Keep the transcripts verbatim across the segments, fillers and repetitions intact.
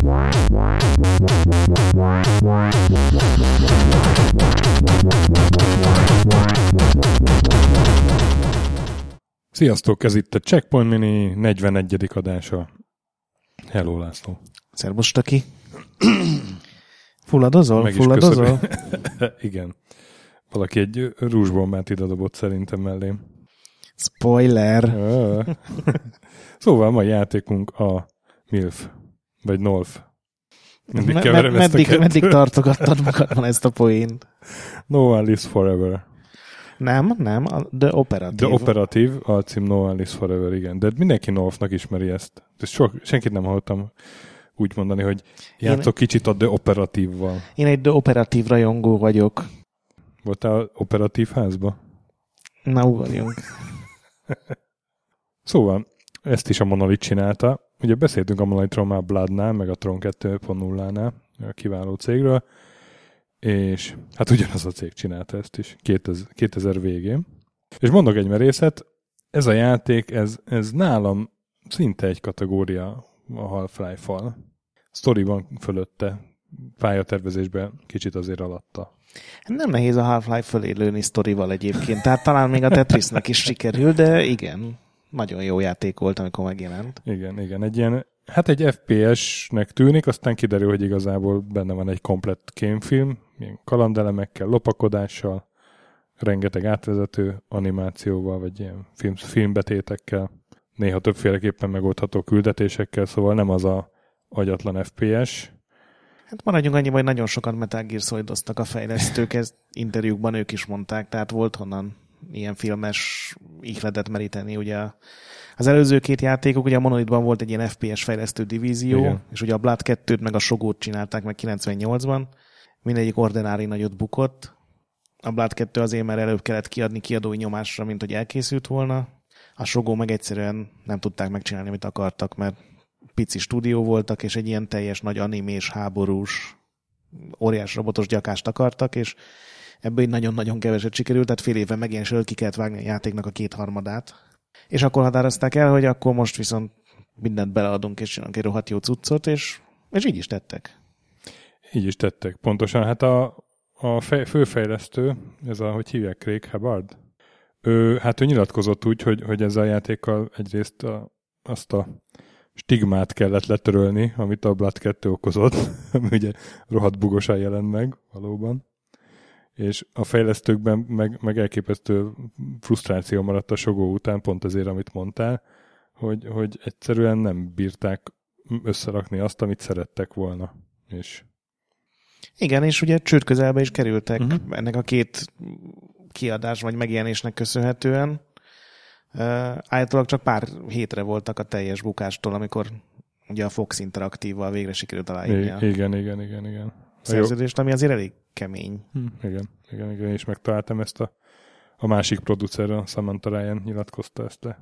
Sziasztok, ez itt a Checkpoint Mini negyvenegyedik adása. Hello, László. Szerbusz, Taki. Fulladozol? Fulladozol? Igen. Valaki egy rúzsbombát ide dobott szerintem mellém. Spoiler. Szóval mai játékunk a MILF, vagy NOLF. Mindig me- me- meddig, meddig tartogattad magadban ezt a poént? No One Lives Forever. Nem, nem, a The Operative. The Operative, a cím No One Lives Forever, igen. De mindenki NOLF-nak ismeri ezt. ezt sok, senkit nem hallottam úgy mondani, hogy játszok Én... kicsit a The Operative-val. Én egy The Operative rajongó vagyok. Voltál operatív házba? Na, ugorjunk. Szóval, ezt is a Monolith csinálta. Ugye beszéltünk a Monolithról már Bloodnál, meg a Tron kettő pont nullánál, a kiváló cégről, és hát ugyanaz a cég csinálta ezt is, kétezer végén. És mondok egy merészet, ez a játék, ez, ez nálam szinte egy kategória a Half-Life-val. Sztoriban fölötte, pályatervezésben kicsit azért alatta. Nem nehéz a Half-Life fölé lőni sztorival egyébként, tehát talán még a Tetrisnek is sikerül, de igen, nagyon jó játék volt, amikor megjelent. Igen, igen, egy ilyen, hát egy ef pé es-nek tűnik, aztán kiderül, hogy igazából benne van egy komplett kémfilm, ilyen kalandelemekkel, lopakodással, rengeteg átvezető animációval, vagy ilyen film, filmbetétekkel, néha többféleképpen megoldható küldetésekkel, szóval nem az a agyatlan ef pé es. Hát maradjunk annyiban, hogy nagyon sokan Metal Gear Solidoztak a fejlesztők, ezt interjúkban ők is mondták, tehát volt honnan ilyen filmes ihletet meríteni. Ugye az előző két játékok, ugye a Monolithban volt egy ilyen ef pé es fejlesztő divízió, igen. És ugye a Blood kettőt meg a Shogot csinálták meg kilencvennyolcban. Mindegyik ordinári nagyot bukott. A Blood kettő azért, mert előbb kellett kiadni kiadói nyomásra, mint hogy elkészült volna. A Shogo meg egyszerűen nem tudták megcsinálni, amit akartak, mert pici stúdió voltak, és egy ilyen teljes nagy animés, háborús, óriás robotos gyakást akartak, és ebből így nagyon-nagyon keveset sikerült, tehát fél éve megint ki kellett vágni a játéknak a kétharmadát. És akkor határozták el, hogy akkor most viszont mindent beleadunk, és csinálunk egy rohadt jó cuccot, és, és így is tettek. Így is tettek. Pontosan, hát a, a fej, főfejlesztő, ez a, hogy hívják, Craig Hubbard, ő, hát ő nyilatkozott úgy, hogy, hogy ezzel a játékkal egyrészt a, azt a stigmát kellett letörölni, amit a Blood kettő okozott, ami ugye rohadt bugosan jelent meg, valóban. És a fejlesztőkben meg, meg elképesztő frusztráció maradt a Shogo után, pont azért, amit mondtál, hogy, hogy egyszerűen nem bírták összerakni azt, amit szerettek volna. És... Igen, és ugye csőd közelbe is kerültek uh-huh. ennek a két kiadás vagy megjelenésnek köszönhetően. Uh, állítólag csak pár hétre voltak a teljes bukástól, amikor ugye a Fox Interactive-val végre sikerült aláírni a igen, igen, igen, igen. szerződést, ami azért elég kemény. Hm, igen, igen, igen, és megtaláltam ezt a, a másik producer, a Samantha Ryan nyilatkozta ezt le,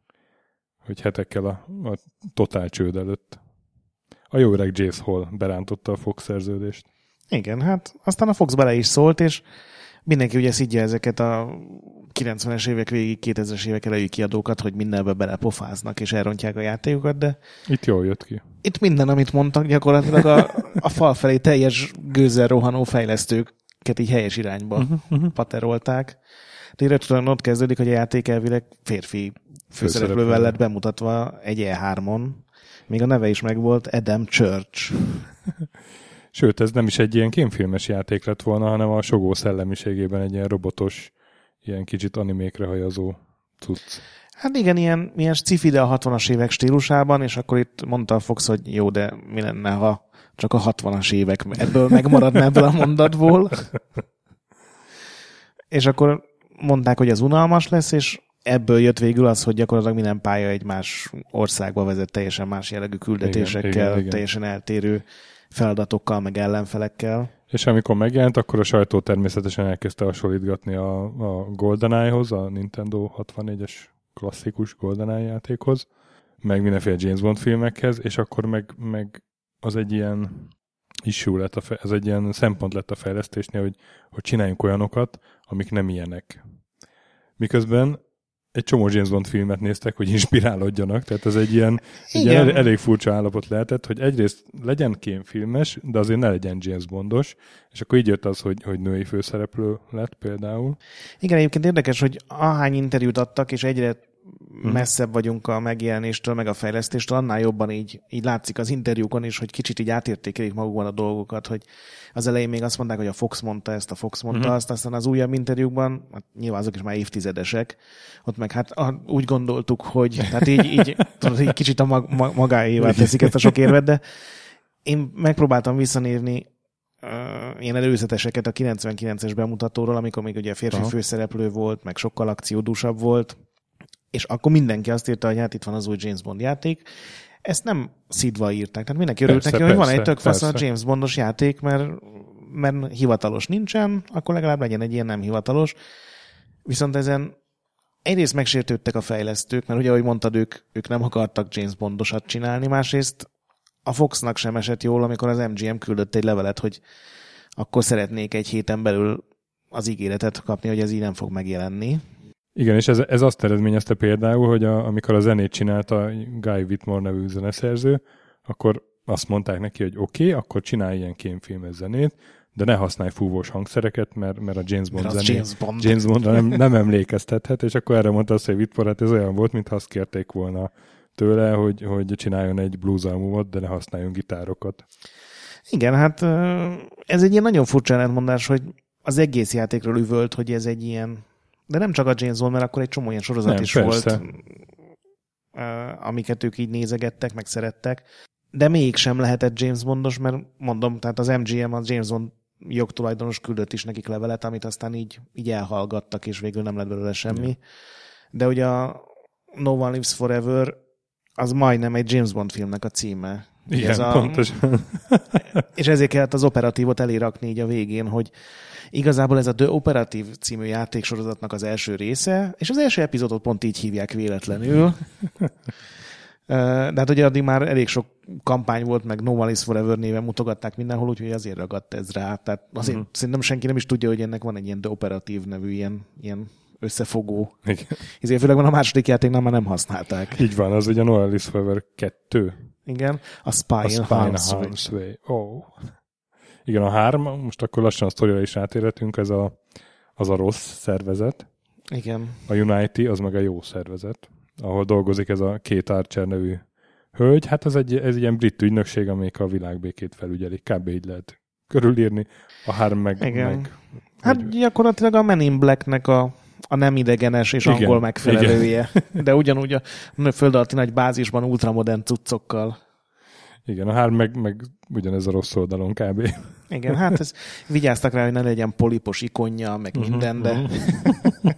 hogy hetekkel a, a totál csőd előtt. A jó öreg Jace Hall berántotta a Fox szerződést. Igen, hát aztán a Fox bele is szólt, és mindenki ugye szidja ezeket a kilencvenes évek végig, kétezres évek elejű kiadókat, hogy mindenbe belepofáznak és elrontják a játékokat, de itt jól jött ki. Itt minden, amit mondtak, gyakorlatilag a, a fal felé teljes gőzzel rohanó fejlesztőket így helyes irányba uh-huh, uh-huh. paterolták. De rögtön ott kezdődik, hogy a játék elvileg férfi főszereplővel lett bemutatva egy E hármon. Még a neve is megvolt, Adam Church. Sőt, ez nem is egy ilyen kémfilmes játék lett volna, hanem a Shogo szellemiségében egy ilyen robotos, ilyen kicsit animékre hajazó cucc. Hát igen, ilyen, ilyen sci-fi, de a hatvanas évek stílusában, és akkor itt mondta a Fox, hogy jó, de mi lenne, ha csak a hatvanas évek ebből megmaradna ebből a mondatból. És akkor mondták, hogy az unalmas lesz, és ebből jött végül az, hogy gyakorlatilag minden pálya egy más országba vezet, teljesen más jellegű küldetésekkel, igen, igen, igen. teljesen eltérő feladatokkal, meg ellenfelekkel. És amikor megjelent, akkor a sajtó természetesen elkezdte hasonlítgatni a, a GoldenEye-hoz, a Nintendo hatvannégyes klasszikus GoldenEye játékhoz, meg mindenféle James Bond filmekhez, és akkor meg, meg az egy ilyen issue lett, a fe, ez egy ilyen szempont lett a fejlesztésnél, hogy, hogy csináljunk olyanokat, amik nem ilyenek. Miközben egy csomó James Bond filmet néztek, hogy inspirálódjanak, tehát ez egy ilyen, egy ilyen elég, elég furcsa állapot lehetett, hogy egyrészt legyen kémfilmes, de azért ne legyen James Bondos, és akkor így jött az, hogy, hogy női főszereplő lett például. Igen, egyébként érdekes, hogy ahány interjút adtak, és egyre hmm. messzebb vagyunk a megjelenéstől, meg a fejlesztéstől, annál jobban így, így látszik az interjúkon is, hogy kicsit így átértékelik magukban a dolgokat, hogy az elején még azt mondták, hogy a Fox mondta ezt, a Fox mondta hmm. azt, aztán az újabb interjúkban, hát nyilván azok is már évtizedesek, ott meg hát úgy gondoltuk, hogy tehát így, így, tudod, így kicsit a mag, magáévá teszik ezt a sok érvet, de én megpróbáltam visszanézni uh, ilyen előzeteseket a kilencvenkilences bemutatóról, amikor még ugye férfi Aha. főszereplő volt, meg sokkal akciódúsabb volt, és akkor mindenki azt írta, hogy hát itt van az új James Bond játék. Ezt nem szidva írták. Tehát mindenki örült neki, hogy van egy tök fasz a James Bondos játék, mert, mert hivatalos nincsen, akkor legalább legyen egy ilyen nem hivatalos. Viszont ezen egyrészt megsértődtek a fejlesztők, mert ugye, ahogy mondtad, ők, ők nem akartak James Bondosat csinálni, másrészt a Foxnak sem esett jól, amikor az em gé em küldött egy levelet, hogy akkor szeretnék egy héten belül az ígéretet kapni, hogy ez így nem fog megjelenni. Igen, és ez, ez azt eredményezte például, hogy a, amikor a zenét csinálta Guy Whitmore nevű zeneszerző, akkor azt mondták neki, hogy oké, okay, akkor csinálj ilyen kémfilmes zenét, de ne használj fúvós hangszereket, mert, mert a James Bond zenét James, Bond. James Bondra nem, nem emlékeztethet, és akkor erre mondta azt, hogy Whitmore, hát ez olyan volt, mintha azt kérték volna tőle, hogy, hogy csináljon egy blues albumot, de ne használjon gitárokat. Igen, hát ez egy ilyen nagyon furcsa ellentmondás, hogy az egész játékról üvölt, hogy ez egy ilyen, de nem csak a James Bond, mert akkor egy csomó ilyen sorozat nem, is persze. volt, amiket ők így nézegettek, meg szerettek, de mégsem lehetett James Bondos, mert mondom, tehát az em gé em, az James Bond jogtulajdonos küldött is nekik levelet, amit aztán így, így elhallgattak, és végül nem lett belőle semmi. Ja. De ugye a No One Lives Forever az majdnem egy James Bond filmnek a címe. Igen, ez a, pontosan. És ezért kellett az operatívot elérakni így a végén, hogy igazából ez a The Operative című játéksorozatnak az első része, és az első epizódot pont így hívják véletlenül. De hát ugye addig már elég sok kampány volt, meg No One Lives Forever néven mutogatták mindenhol, úgyhogy azért ragadt ez rá. Tehát azért uh-huh. szerintem senki nem is tudja, hogy ennek van egy ilyen The Operative nevű ilyen, ilyen összefogó. Ezért főleg van a második játéknál már nem használták. Így van, az ugye No One Lives Forever kettő. Igen, a Spy in Harm's Way. Oh. Igen, a három, most akkor lassan a sztorira is átérhetünk, ez a, az a rossz szervezet. Igen. A Unity, az meg a jó szervezet, ahol dolgozik ez a Kate Archer nevű hölgy. Hát ez egy, ez egy ilyen brit ügynökség, amelyik a világbékét felügyelik. Kb. Így lehet körülírni. A három meg... Igen. meg hát meg... gyakorlatilag a Men in Blacknek a, a nem idegenes és igen, angol megfelelője. Igen. De ugyanúgy a föld alatti nagy bázisban ultramodern cuccokkal. Igen, a három meg, meg ugyanez a rossz oldalon kb. Igen, hát ez, vigyáztak rá, hogy ne legyen polipos ikonja, meg uh-huh, minden, de... Uh-huh.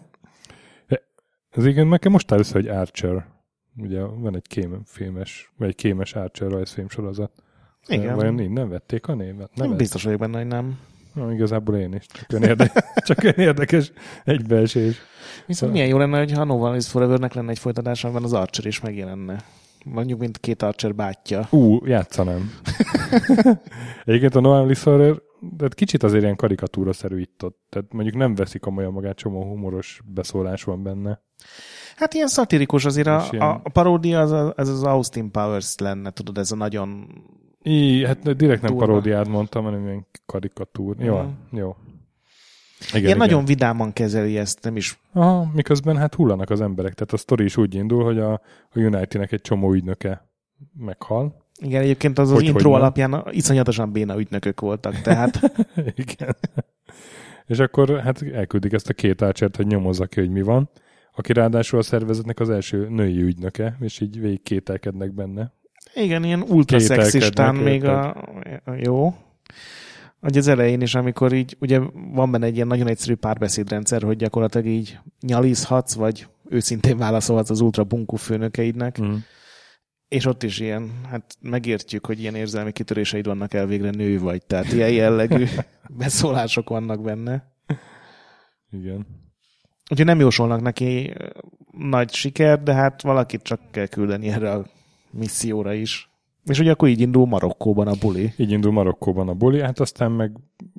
Ez igen, nekem most áll össze, hogy Archer. Ugye van egy kémfilmes, vagy egy kémes Archer rajzfilm sorozat. Igen. Vajon nem vették a névet? Nem biztos vagyok benne, hogy nem. Na, igazából én is. Csak olyan érdekes, csak olyan érdekes egybeesés. Viszont milyen jó lenne, hogyha No One Lives Forevernek lenne egy folytatás, amiben az Archer is megjelenne. Mondjuk, mint két Archer bátyja. Ú, játszanám. Egyébként a No One Lives Forever, de kicsit azért ilyen karikatúraszerű itt-ott. Tehát mondjuk nem veszik komolyan magát, csomó humoros beszólás van benne. Hát ilyen szatirikus azért a, ilyen... a paródia az, az az Austin Powers lenne, tudod, ez a nagyon... I, hát direkt nem durva. Paródiát mondtam, hanem ilyen karikatúr. Jó, mm. jó. Igen, ilyen igen. Nagyon vidáman kezeli ezt, nem is... Aha, miközben hát hullanak az emberek. Tehát a sztori is úgy indul, hogy a, a Unity-nek egy csomó ügynöke meghal. Igen, egyébként az az hogy, intro hogy alapján iszonyatosan béna ügynökök voltak, tehát... Igen. És akkor hát elküldik ezt a két Archert, hogy nyomozza ki, hogy mi van. Aki ráadásul a szervezetnek az első női ügynöke, és így végig kételkednek benne. Igen, ilyen ultraszexistán még a... a... Jó. Hogy az elején is, amikor így, ugye van benne egy ilyen nagyon egyszerű párbeszédrendszer, hogy gyakorlatilag így nyalizhatsz, vagy őszintén válaszolhatsz az ultra bunkó főnökeidnek. Mm. És ott is ilyen, hát megértjük, hogy ilyen érzelmi kitöréseid vannak, elvégre nő vagy. Tehát ilyen jellegű beszólások vannak benne. Igen. Úgyhogy nem jósolnak neki nagy siker, de hát valakit csak kell küldeni erre a misszióra is. És ugye akkor így indul Marokkóban a buli. Így indul Marokkóban a buli, hát aztán meg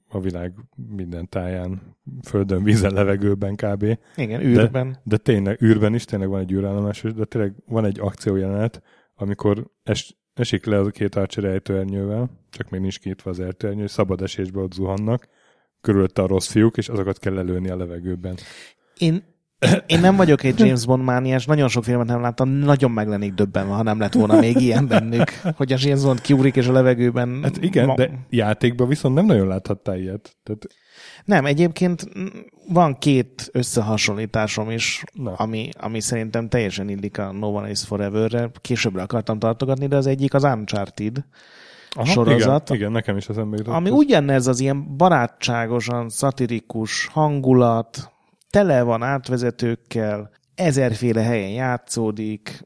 a világ minden táján, földön, vízen, levegőben kb. Igen, űrben. De, de tényleg, űrben is tényleg van egy űrállomás, de tényleg van egy akciójelenet, amikor es, esik le a két Archer ejtőernyővel, csak még nincs kinyitva az ejtőernyő, és szabad esésbe ott zuhannak, körülötte a rossz fiúk, és azokat kell lelőni a levegőben. Én, én nem vagyok egy James Bond mániás, nagyon sok filmet nem láttam, nagyon meg lennék döbbenve, ha nem lett volna még ilyen bennük, hogy a James Bond kiugrik és a levegőben... Hát igen, ma... de játékban viszont nem nagyon láthattál ilyet. Tehát... Nem, egyébként van két összehasonlításom is, ami, ami szerintem teljesen illik a No One Lives Forever-re. Későbbre akartam tartogatni, de az egyik az Uncharted Aha, sorozat. Igen, igen, nekem is az ember jutott. Ami ugyanez az ilyen barátságosan, szatirikus hangulat, tele van átvezetőkkel, ezerféle helyen játszódik,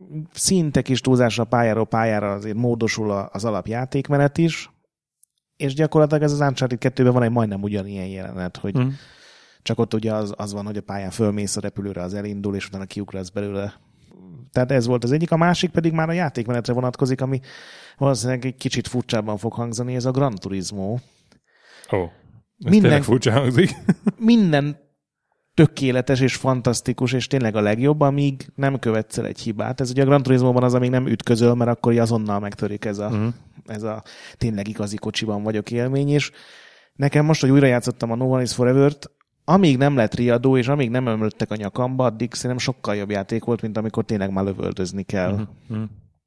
szinte kis túlzásra pályáról pályára azért módosul az alapjátékmenet is, és gyakorlatilag ez az Uncharted kettőben van egy majdnem ugyanilyen jelenet, hogy mm. csak ott ugye az, az van, hogy a pályán fölmész a repülőre, az elindul, és utána kiugrasz belőle. Tehát ez volt az egyik, a másik pedig már a játékmenetre vonatkozik, ami valószínűleg egy kicsit furcsában fog hangzani, ez a Gran Turismo. Ó, oh, ez minden, tényleg furcsa hangzik. Minden tökéletes és fantasztikus, és tényleg a legjobb, amíg nem követsz el egy hibát. Ez ugye a Gran Turismo-ban az, amíg nem ütközöl, mert akkor azonnal megtörik ez a, mm. ez a tényleg igazi kocsiban vagyok élmény, és nekem most, hogy újra játszottam a No One Lives Forever-t, amíg nem lett riadó, és amíg nem ömlöttek a nyakamba, addig szerintem sokkal jobb játék volt, mint amikor tényleg már lövöldözni kell. Mm-hmm.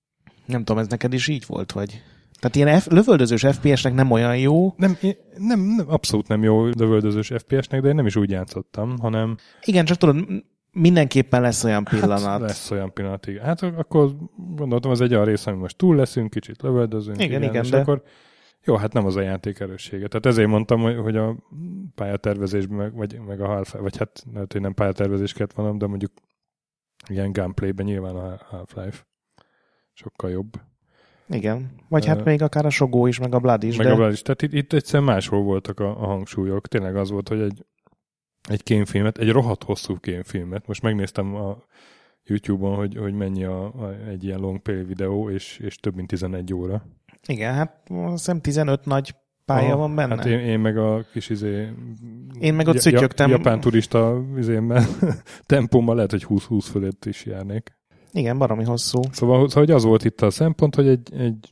Nem tudom, ez neked is így volt, vagy... Tehát ilyen F- lövöldözős ef pé esnek nem olyan jó. Nem, nem, nem, abszolút nem jó lövöldözős ef pé esnek, de én nem is úgy játszottam, hanem... Igen, csak tudod, mindenképpen lesz olyan pillanat. Hát lesz olyan pillanat, igen. Hát akkor gondoltam, az egy olyan rész, ami most túl leszünk, kicsit lövöldözünk. Igen, igen, igen és de... akkor jó, hát nem az a játék erőssége. Tehát ezért mondtam, hogy, hogy a pályatervezésben, meg, vagy, meg a Half-Life, vagy hát lehet, hogy nem pályatervezés kellett volna, de mondjuk ilyen gunplayben nyilván a Half-Life sokkal jobb. Igen. Vagy hát uh, még akár a Sogó is, meg a Blood is. Meg de... a Blood is. Tehát itt, itt egyszerűen máshol voltak a, a hangsúlyok. Tényleg az volt, hogy egy, egy kémfilmet, egy rohadt hosszú kémfilmet, most megnéztem a YouTube-on, hogy, hogy mennyi a, a, egy ilyen long play videó, és, és több mint tizenegy óra. Igen, hát azt hiszem tizenöt nagy pálya ah, van benne. Hát én, én meg a kis izé... Én meg ott szütyögtem. Japán turista izémmel, tempómmal lehet, hogy húsz-húsz fölött is járnék. Igen, baromi hosszú. Szóval, szóval az volt itt a szempont, hogy egy, egy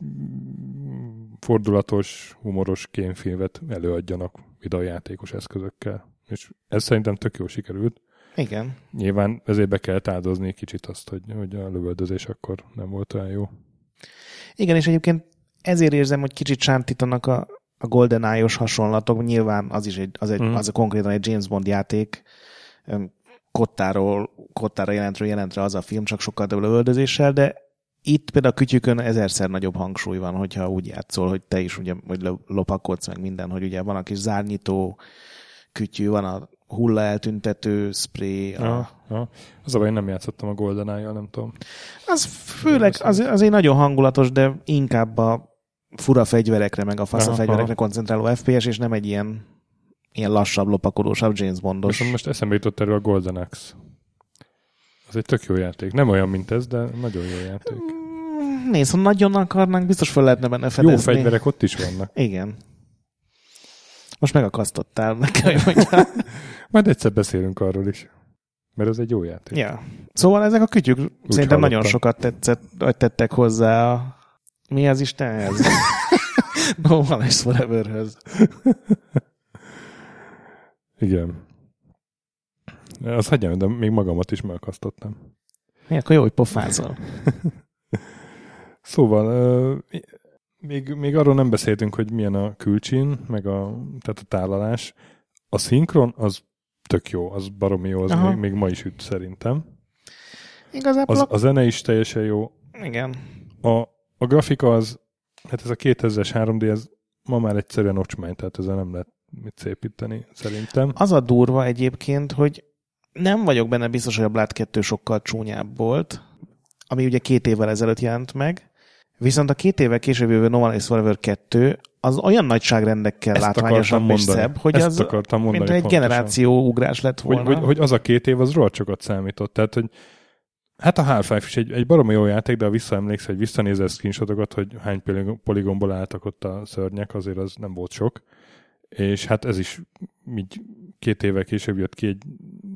fordulatos, humoros kémfilmet előadjanak videójátékos eszközökkel. És ez szerintem tök jól sikerült. Igen. Nyilván ezért be kellett áldozni kicsit azt, hogy, hogy a lövöldözés akkor nem volt olyan jó. Igen, és egyébként ezért érzem, hogy kicsit sántítanak a, a GoldenEye-os hasonlatok. Nyilván az is egy, az, egy, mm. az a konkrétan egy James Bond játék, kottáról, kottára jelentről jelentre az a film, csak sokkal több lövöldözéssel, de itt például a kütyükön ezerszer nagyobb hangsúly van, hogyha úgy játszol, hogy te is ugye, hogy lopakodsz meg minden, hogy ugye van a kis zárnyitó kütyű, van a hulla eltüntető spray. A... Ja, ja. Az a baj, én nem játszottam a GoldenEye-jal, nem tudom. Az főleg az, azért nagyon hangulatos, de inkább a fura fegyverekre, meg a fasz a fegyverekre koncentráló ef pé es, és nem egy ilyen ilyen lassabb, lopakodósabb James Bondos. Most, most eszembe jutott erről a Golden Axe. Az egy tök jó játék. Nem olyan, mint ez, de nagyon jó játék. Nézd, ha nagyon akarnánk, biztos fel lehetne benne fedezni. Jó fegyverek ott is vannak. Igen. Most megakasztottál nekem, hogy mondjam. Majd egyszer beszélünk arról is. Mert ez egy jó játék. Ja. Szóval ezek a kütyük úgy szerintem hallottam. Nagyon sokat tetszett, vagy tettek hozzá a... Mi az Istenhez? No One Lives Foreverhöz. Igen. Azt hagyjam, de még magamat is megakasztottam. Mi, akkor jó, hogy pofázol. Szóval, még, még arról nem beszéltünk, hogy milyen a külcsin, meg a, tehát a tálalás. A szinkron az tök jó, az baromi jó, az még, még ma is üt szerintem. Igazából... Az, a zene is teljesen jó. Igen. A, a grafika az, hát ez a kétezres három dé, ez ma már egyszerűen ocsmány, tehát ezzel nem lehet mit szépíteni, szerintem. Az a durva egyébként, hogy nem vagyok benne biztos, hogy a Blood kettő sokkal csúnyább volt, ami ugye két évvel ezelőtt jelent meg, viszont a két évvel később jövő No One Lives Forever kettő az olyan nagyságrendekkel ezt látványosabb és szebb, hogy ezt az mondani, mint egy generáció ugrás lett volna. Hogy, hogy, hogy az a két év az rohadt sokat számított. Tehát, hogy hát a Half-Life is egy, egy baromi jó játék, de ha visszaemlékszel, hogy visszanézel screenshotokat, hogy hány poligomból álltak ott a szörnyek, azért az nem volt sok. és hát ez is így két évvel később jött ki egy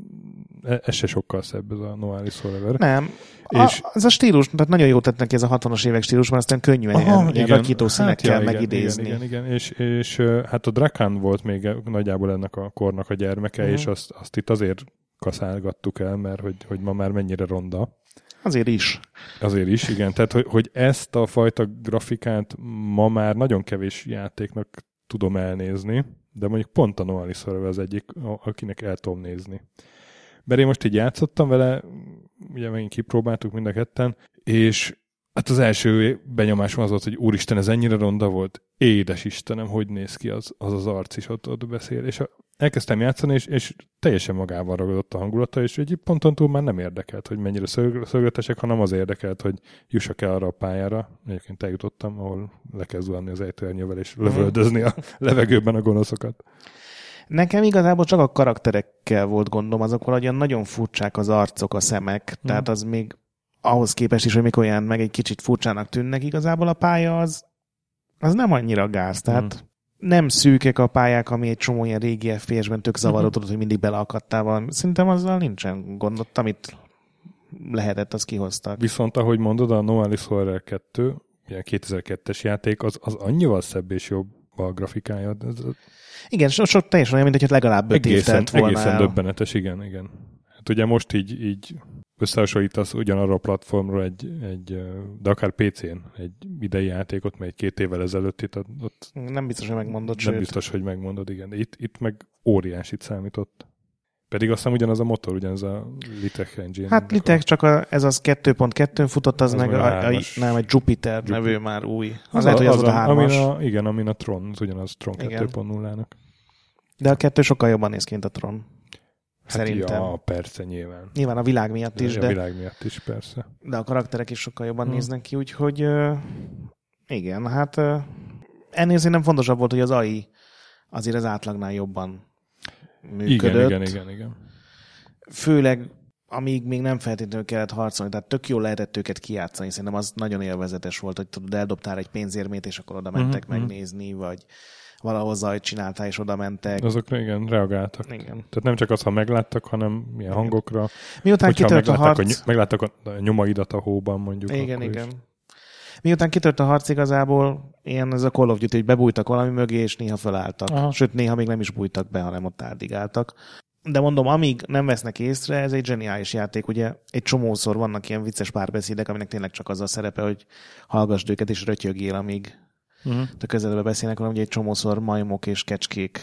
ez se sokkal szebb, ez a No Alice Forever. Nem. És a, ez a stílus, tehát nagyon jó tett neki ez a hatvanas évek stílus, mert aztán könnyűen aha, ilyen rakító színekkel hát, ja, megidézni. Igen, igen, igen. És, és hát a Drakan volt még nagyjából ennek a kornak a gyermeke, uh-huh. és azt, azt itt azért kaszálgattuk el, mert hogy, hogy ma már mennyire ronda. Azért is. Azért is, igen. Tehát, hogy, hogy ezt a fajta grafikát ma már nagyon kevés játéknak tudom elnézni, de mondjuk pont a No Alice Forever az egyik, akinek el tudom nézni. Mert én most így játszottam vele, ugye megint kipróbáltuk mind a ketten, és hát az első benyomásom az volt, hogy úristen, ez ennyire ronda volt, édes Istenem, hogy néz ki az az, az arc is ott, ott beszél. És elkezdtem játszani, és, és teljesen magával ragadott a hangulata, és egy ponton túl már nem érdekelt, hogy mennyire szögletesek, hanem az érdekelt, hogy jussak el arra a pályára. Egyébként eljutottam, ahol le kell zuhanni az ejtőernyővel, és lövöldözni a levegőben a gonoszokat. Nekem igazából csak a karakterekkel volt gondom, azok valahogyan nagyon furcsák az arcok, a szemek, hmm. tehát az még ahhoz képest is, hogy mikor olyan meg egy kicsit furcsának tűnnek, igazából a pálya az, az nem annyira gáz, tehát hmm. nem szűkek a pályák, ami egy csomó ilyen régi ef pé es-ben tök zavaró, tudod, hogy mindig beleakadtál valami. Szerintem azzal nincsen gondot, amit lehetett, az kihoztak. Viszont ahogy mondod, a No Alice Forever kettő, ilyen kétezer-kettes játék, az, az annyival szebb és jobb a grafikája. Ez, igen, sok, sok teljesen olyan, mint hogy legalább öt év telt volna. Egészen döbbenetes, igen, igen. Hát ugye most így, így összehasonlítasz ugyanarra a platformról egy, egy, de akár pé cén egy idei játékot, mert egy két évvel ezelőtt itt ott... Nem biztos, hogy megmondod, Nem sőt. biztos, hogy megmondod, igen. De itt, itt meg óriásit számított. Pedig aztán ugyanaz a motor, ugyanaz a Litech engine. Hát Litech csak a, ez az kettő pont kettőn futott, az, az meg a, a, nem, egy Jupiter Jup- nevű már új. Az, az lehet, hogy az, az a hármas. A, igen, amin a Tron, az ugyanaz Tron kettő pont nullának. De a kettő sokkal jobban néz ki, mint a Tron. Hát szerintem. Ja, persze, nyilván. Nyilván a világ miatt is, de... de... A világ miatt is, persze. De a karakterek is sokkal jobban hmm. néznek ki, úgyhogy uh, igen, hát uh, ennél szerintem fontosabb volt, hogy az á i azért az átlagnál jobban működött. Igen, igen, igen, igen. Főleg, amíg még nem feltétlenül kellett harcolni, tehát tök jól lehetett őket kijátszani, szerintem az nagyon élvezetes volt, hogy tudod, eldobtál egy pénzérmét, és akkor oda mentek uh-huh, megnézni, vagy valahol zajt csináltál, és oda mentek. Azokra igen, reagáltak. Igen. Tehát nem csak az, ha megláttak, hanem milyen igen. hangokra. Miután kitört a harc... A ny- megláttak a nyomaidat a hóban, mondjuk. Igen, igen. Is. Miután kitört a harc igazából, ilyen ez a Call of Duty, hogy bebújtak valami mögé, és néha felálltak. Aha. Sőt, néha még nem is bújtak be, hanem ott áldigáltak. De mondom, amíg nem vesznek észre, ez egy zseniális játék. Ugye egy csomószor vannak ilyen vicces párbeszédek, aminek tényleg csak az a szerepe, hogy hallgassd őket és rötyögjél, amíg uh-huh. a közeledbe beszélnek, hanem ugye egy csomószor majmok és kecskék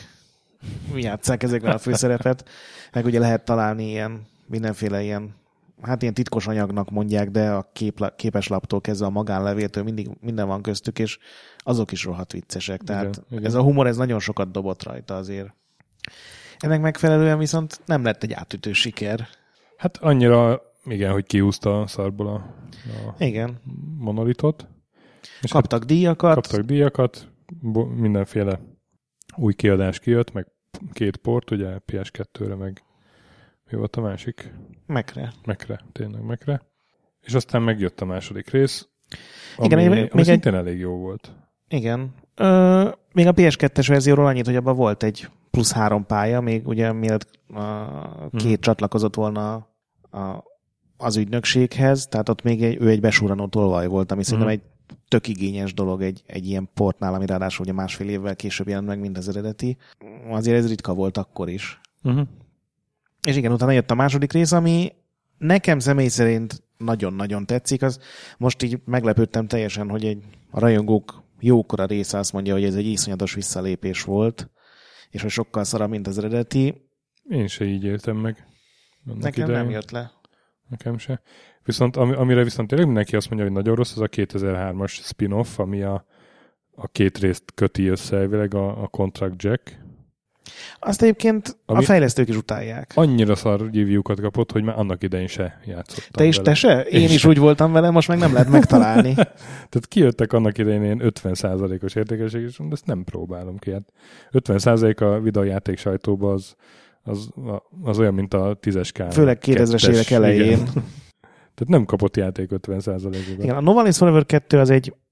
játsszák ezekben a főszerepet. Meg ugye lehet találni ilyen mindenféle ilyen, hát ilyen titkos anyagnak mondják, de a képla, képeslaptól kezdve a magánlevéltől mindig minden van köztük, és azok is rohadt viccesek. Tehát igen, igen. Ez a humor, ez nagyon sokat dobott rajta azért. Ennek megfelelően viszont nem lett egy átütő siker. Hát annyira, igen, hogy kiúzta a szarból a, a igen. monolitot. És kaptak hát díjakat. Kaptak díjakat, mindenféle új kiadás kijött, meg két port, ugye pé es kettőre, meg mi volt a másik? Mac-re. Mac-re, tényleg Mac-re. És aztán megjött a második rész, ami, igen, ami még szintén egy... elég jó volt. Igen. Ö, még a pé es kettes verzióról annyit, hogy abban volt egy plusz három pálya, még ugye mielőtt a két hmm. csatlakozott volna a, az ügynökséghez, tehát ott még egy, ő egy besúranó tolvaj volt, ami szerintem hmm. egy tök igényes dolog egy, egy ilyen portnál, ami ráadásul ugye másfél évvel később jelent meg, mint az eredeti. Azért ez ritka volt akkor is. Hmm. És igen, utána jött a második rész, ami nekem személy szerint nagyon-nagyon tetszik. Az most így meglepődtem teljesen, hogy egy a rajongók jókora része azt mondja, hogy ez egy iszonyatos visszalépés volt, és hogy sokkal szarabb, mint az eredeti. Én se így éltem meg. Nekem idején. Nem jött le. Nekem se. Viszont amire viszont tényleg mindenki azt mondja, hogy nagyon rossz, az a kétezer-hármas spin-off, ami a, a két részt köti össze elvileg, a, a Contract Jack. Azt egyébként ami a fejlesztők is utálják. Annyira szar review-kat kapott, hogy már annak idején se játszottam Te is, vele. te se? Én, Én is se. Úgy voltam vele, most meg nem lehet megtalálni. Tehát kijöttek annak idején ilyen ötven százalékos értékesség, és ezt nem próbálom ki. Hát ötven százalék a videójáték sajtóban az, az, az olyan, mint a tízes ká. Főleg kétezres évek elején. Tehát nem kapott játék ötven százalékban. Igen, a No Alice Forever kettő az egy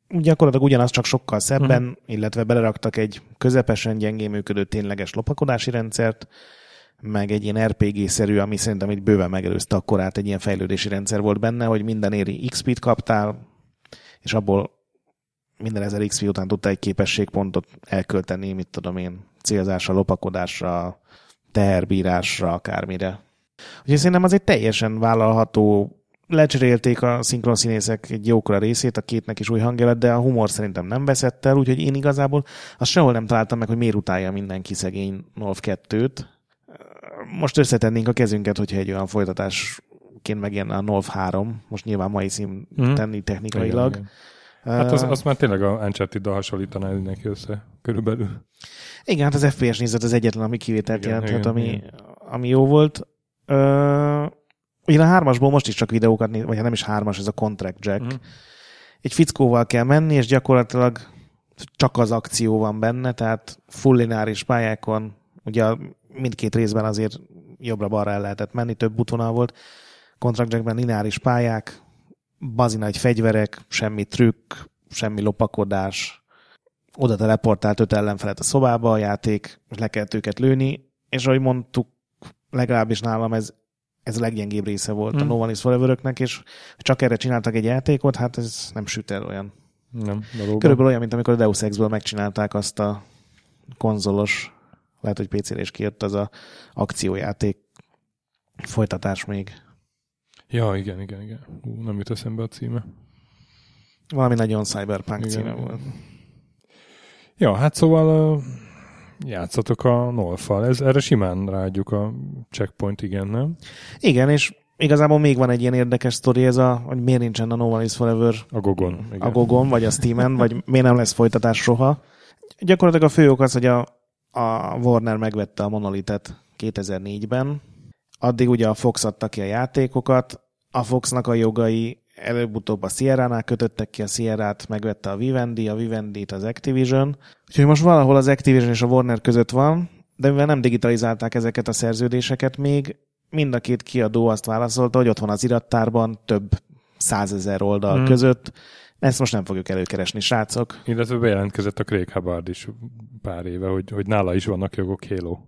gyakorlatilag ugyanaz, csak sokkal szebben, uh-huh. illetve beleraktak egy közepesen gyengén működő tényleges lopakodási rendszert, meg egy ilyen er pé gé-szerű, ami szerintem így bőven megelőzte a korát, egy ilyen fejlődési rendszer volt benne, hogy minden éri iksz pét kaptál, és abból minden ezer iksz pé után tudtál egy képességpontot elkölteni, mit tudom én, célzásra, lopakodásra, teherbírásra, akármire. Úgyhogy szerintem az egy teljesen vállalható, lecserélték a szinkronszínészek egy jókora részét, a kétnek is új hangja lett, de a humor szerintem nem veszett el, úgyhogy én igazából azt sehol nem találtam meg, hogy miért utálja mindenki szegény Nolf kettőt. Most összetennénk a kezünket, hogyha egy olyan folytatásként megjönne a Nolf három, most nyilván mai szinten mm. technikailag. Igen, igen. Hát az, az már tényleg a Uncharted-dal hasonlítaná mindenki össze, körülbelül. Igen, hát az ef pé es nézet az egyetlen, ami kivételt igen, jelenthet, igen, ami, igen. ami jó volt. Ö, ugye a hármasból most is csak videókat néz, vagy hát nem is hármas, ez a Contract Jack. Mm. Egy fickóval kell menni, és gyakorlatilag csak az akció van benne, tehát full lineáris pályákon, ugye mindkét részben azért jobbra-balra el lehetett menni, több útvonal volt. Contract Jackben lineáris pályák, bazi nagy fegyverek, semmi trükk, semmi lopakodás. Oda teleportált öt ellenfelet a szobába a játék, és le kellett őket lőni, és ahogy mondtuk, legalábbis nálam ez, ez a leggyengébb része volt mm. a No One Is Forever-öknek, és csak erre csináltak egy játékot, hát ez nem süt el olyan. Nem, valóban. Körülbelül olyan, mint amikor a Deus Exből megcsinálták azt a konzolos, lehet, hogy pé cére is kijött az a akciójáték folytatás még. Ja, igen, igen, igen. Ú, nem jut eszembe a címe. Valami nagyon cyberpunk igen, címe igen. volt. Ja, hát szóval uh, játszatok a Nolffal. Ez, erre simán ráadjuk a checkpoint, igen, nem? Igen, és igazából még van egy ilyen érdekes sztori, ez a, hogy miért nincsen a No One Is Forever a Gogon. Igen. A Gogon, vagy a Steamen, vagy miért nem lesz folytatás soha. Gyakorlatilag a fő ok az, hogy a, a Warner megvette a Monolithet kétezer-négyben. Addig ugye a Fox adta ki a játékokat, a Foxnak a jogai előbb-utóbb a Sierra-nál kötöttek ki, a Sierra-t megvette a Vivendi, a Vivendi-t az Activision. Úgyhogy most valahol az Activision és a Warner között van, de mivel nem digitalizálták ezeket a szerződéseket még, mind a két kiadó azt válaszolta, hogy ott van az irattárban több százezer oldal hmm. között. Ezt most nem fogjuk előkeresni, srácok. Illetve bejelentkezett a Craig Hubbard is pár éve, hogy, hogy nála is vannak jogok, Halo.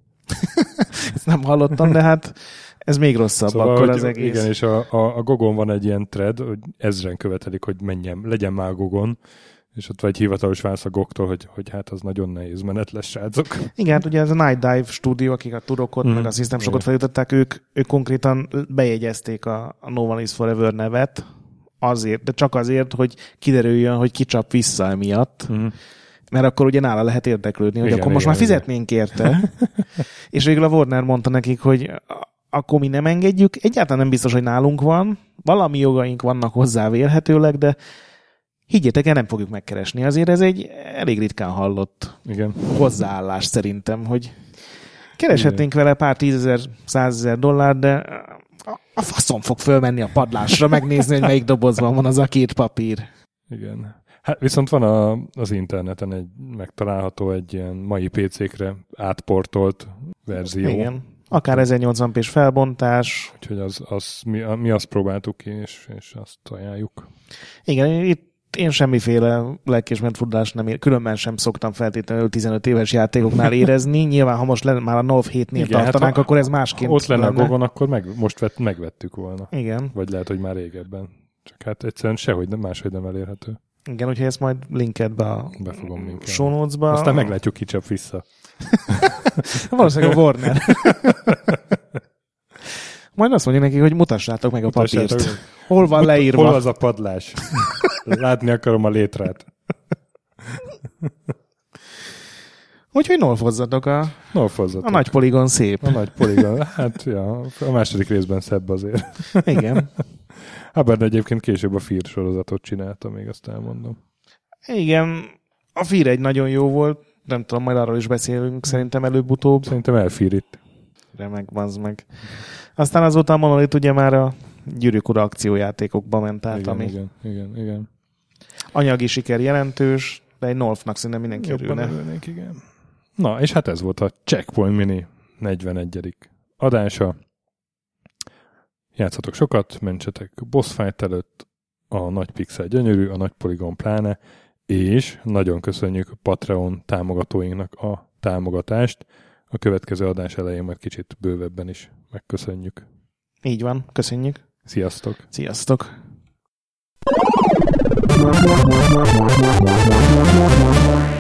Ezt nem hallottam, de hát ez még rosszabb szóval, akkor hogy, az egész. Igen, és a, a, a Gogon van egy ilyen thread, hogy ezren követelik, hogy menjen, legyen már Gogon, és ott vagy hivatalos válasz a gogtól, hogy, hogy hát az nagyon nehéz menet lesz, srácok. Igen, hát ugye ez a Night Dive stúdió, akik a Turokot, mm. meg a System Shockot feljutották, ők, ők konkrétan bejegyezték a, a No One Is Forever nevet, azért, de csak azért, hogy kiderüljön, hogy kicsap vissza emiatt. Mm. Mert akkor ugye nála lehet érdeklődni, hogy igen, akkor most igen, már fizetnénk igen. érte. És végül a Warner mondta nekik, hogy akkor mi nem engedjük, egyáltalán nem biztos, hogy nálunk van, valami jogaink vannak hozzá vélhetőleg, de higgyétek el, nem fogjuk megkeresni. Azért ez egy elég ritkán hallott igen. hozzáállás szerintem, hogy kereshetnénk igen. vele pár tízezer, százezer dollár, de a faszom fog fölmenni a padlásra, megnézni, hogy melyik dobozban van az a két papír. Igen. Hát viszont van a, az interneten egy megtalálható egy ilyen mai pé cékre átportolt verzió. Igen. Akár ezernyolcvan pés felbontás. Úgyhogy az, az, mi, mi azt próbáltuk ki, és, és azt ajánljuk. Igen, itt én semmiféle lelkiismert furdalást nem ér, különben sem szoktam feltétlenül tizenöt éves játékoknál érezni. Nyilván, ha most le, már a Nolf hétnél igen, tartanánk, hát, akkor ez másként ott lenne. Ott lenne a Gogon, akkor meg, most vett, megvettük volna. Igen. Vagy lehet, hogy már régebben. Csak hát egyszerűen sehogy nem, máshogy nem elérhető. Igen, úgyhogy ezt majd linket be a be fogom linkelni. Show notes-ba. Aztán meglátjuk, ki csap vissza. Valószínűleg a Warner. Majd azt mondjuk neki, hogy mutassátok meg a mutassátok papírt. Meg. Hol van Mut- leírva? Hol az a padlás? Látni akarom a létrát. Úgyhogy nolfozzatok a... Nolfozzatok. A nagy poligon szép. A nagy poligon. Hát, ja, a második részben szebb azért. Igen. Hubbard egyébként később a Fear sorozatot csinálta, még azt elmondom. Igen, a Fear egy nagyon jó volt, nem tudom, majd arról is beszélünk szerintem előbb-utóbb. Szerintem elfír itt. Remek, bazd meg. Aztán azóta a Monolith ugye már a Gyűrűk Ura akciójátékokba ment át, igen, ami igen, igen, igen. anyagi siker jelentős, de egy Nolfnak szerintem mindenki örülne. Örülnék, igen. Na, és hát ez volt a Checkpoint Mini negyvenegyedik adása. Játszatok sokat, mentsetek boss fight előtt, a nagy pixel gyönyörű, a nagy poligon pláne, és nagyon köszönjük a Patreon támogatóinknak a támogatást. A következő adás elején majd kicsit bővebben is megköszönjük. Így van, köszönjük. Sziasztok! Sziasztok!